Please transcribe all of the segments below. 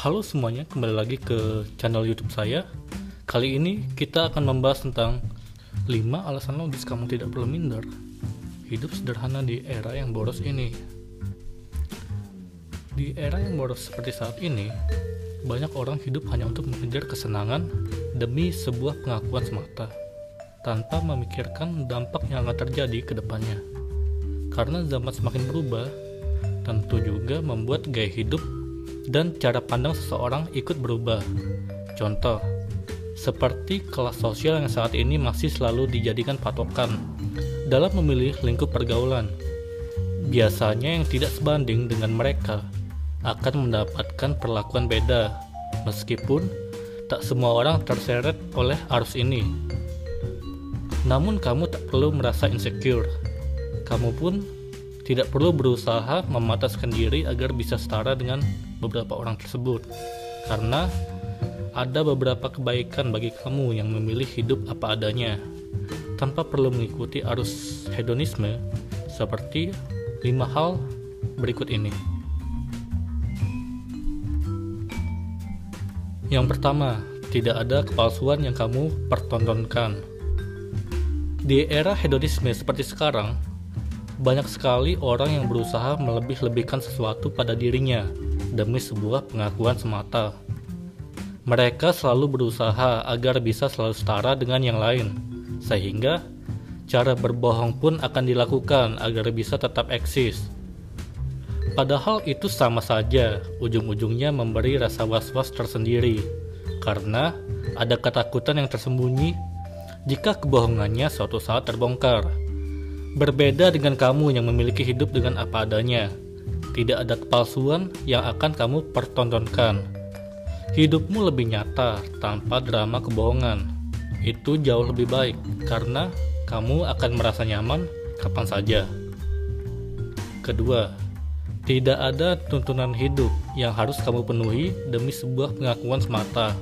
Halo semuanya, kembali lagi ke channel YouTube saya. Kali ini kita akan membahas tentang 5 alasan logis kamu tidak perlu minder hidup sederhana di era yang boros ini. Di era yang boros seperti saat ini, banyak orang hidup hanya untuk mengejar kesenangan demi sebuah pengakuan semata, tanpa memikirkan dampak yang akan terjadi ke depannya. Karena zaman semakin berubah, tentu juga membuat gaya hidup dan cara pandang seseorang ikut berubah. Contoh, seperti kelas sosial yang saat ini masih selalu dijadikan patokan dalam memilih lingkup pergaulan. Biasanya yang tidak sebanding dengan mereka akan mendapatkan perlakuan beda, meskipun tak semua orang terseret oleh arus ini. Namun kamu tak perlu merasa insecure. Kamu pun tidak perlu berusaha memataskan diri agar bisa setara dengan beberapa orang tersebut, karena ada beberapa kebaikan bagi kamu yang memilih hidup apa adanya, tanpa perlu mengikuti arus hedonisme seperti 5 hal berikut ini. Yang pertama, tidak ada kepalsuan yang kamu pertontonkan. Di era hedonisme seperti sekarang, banyak sekali orang yang berusaha melebih-lebihkan sesuatu pada dirinya demi sebuah pengakuan semata. Mereka selalu berusaha agar bisa selalu setara dengan yang lain, sehingga cara berbohong pun akan dilakukan agar bisa tetap eksis. Padahal itu sama saja, ujung-ujungnya memberi rasa was-was tersendiri, karena ada ketakutan yang tersembunyi jika kebohongannya suatu saat terbongkar. Berbeda dengan kamu yang memiliki hidup dengan apa adanya, tidak ada kepalsuan yang akan kamu pertontonkan. Hidupmu lebih nyata tanpa drama kebohongan. Itu jauh lebih baik karena kamu akan merasa nyaman kapan saja. Kedua, tidak ada tuntunan hidup yang harus kamu penuhi demi sebuah pengakuan semata.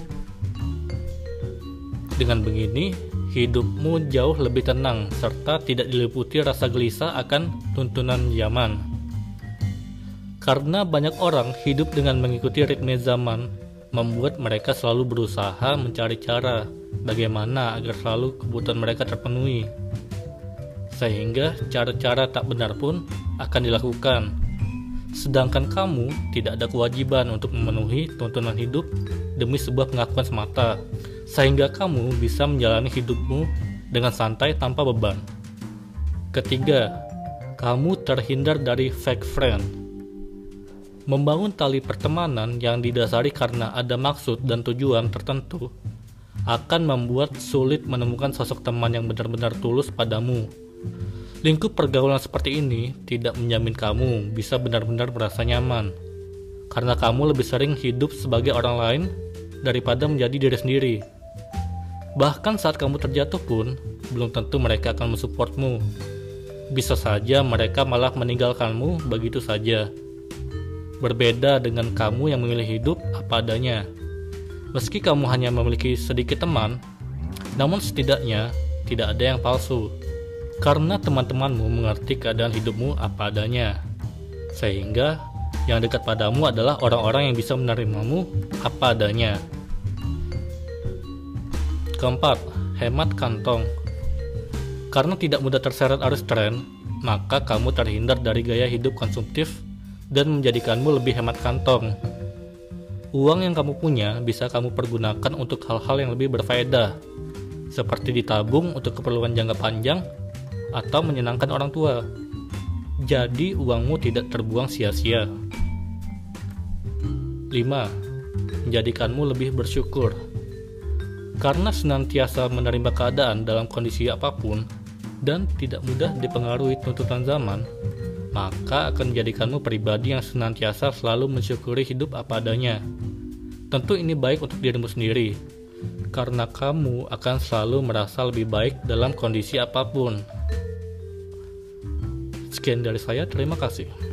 Dengan begini, hidupmu jauh lebih tenang serta tidak diliputi rasa gelisah akan tuntunan zaman. Karena banyak orang hidup dengan mengikuti ritme zaman, membuat mereka selalu berusaha mencari cara bagaimana agar selalu kebutuhan mereka terpenuhi. Sehingga cara-cara tak benar pun akan dilakukan. Sedangkan kamu tidak ada kewajiban untuk memenuhi tuntunan hidup demi sebuah pengakuan semata, sehingga kamu bisa menjalani hidupmu dengan santai tanpa beban. Ketiga, kamu terhindar dari fake friend. Membangun tali pertemanan yang didasari karena ada maksud dan tujuan tertentu akan membuat sulit menemukan sosok teman yang benar-benar tulus padamu. Lingkup pergaulan seperti ini tidak menjamin kamu bisa benar-benar merasa nyaman, karena kamu lebih sering hidup sebagai orang lain daripada menjadi diri sendiri. Bahkan saat kamu terjatuh pun, belum tentu mereka akan mensupportmu. Bisa saja mereka malah meninggalkanmu begitu saja. Berbeda dengan kamu yang memilih hidup apa adanya. Meski kamu hanya memiliki sedikit teman, namun setidaknya tidak ada yang palsu. Karena teman-temanmu mengerti keadaan hidupmu apa adanya. Sehingga yang dekat padamu adalah orang-orang yang bisa menerimamu apa adanya. Keempat, hemat kantong. Karena tidak mudah terseret arus tren, maka kamu terhindar dari gaya hidup konsumtif dan menjadikanmu lebih hemat kantong. Uang yang kamu punya bisa kamu pergunakan untuk hal-hal yang lebih berfaedah, seperti ditabung untuk keperluan jangka panjang atau menyenangkan orang tua. Jadi uangmu tidak terbuang sia-sia. 5. Menjadikanmu lebih bersyukur. Karena senantiasa menerima keadaan dalam kondisi apapun dan tidak mudah dipengaruhi tuntutan zaman, maka akan menjadikanmu pribadi yang senantiasa selalu mensyukuri hidup apa adanya. Tentu ini baik untuk dirimu sendiri, karena kamu akan selalu merasa lebih baik dalam kondisi apapun. Sekian dari saya, terima kasih.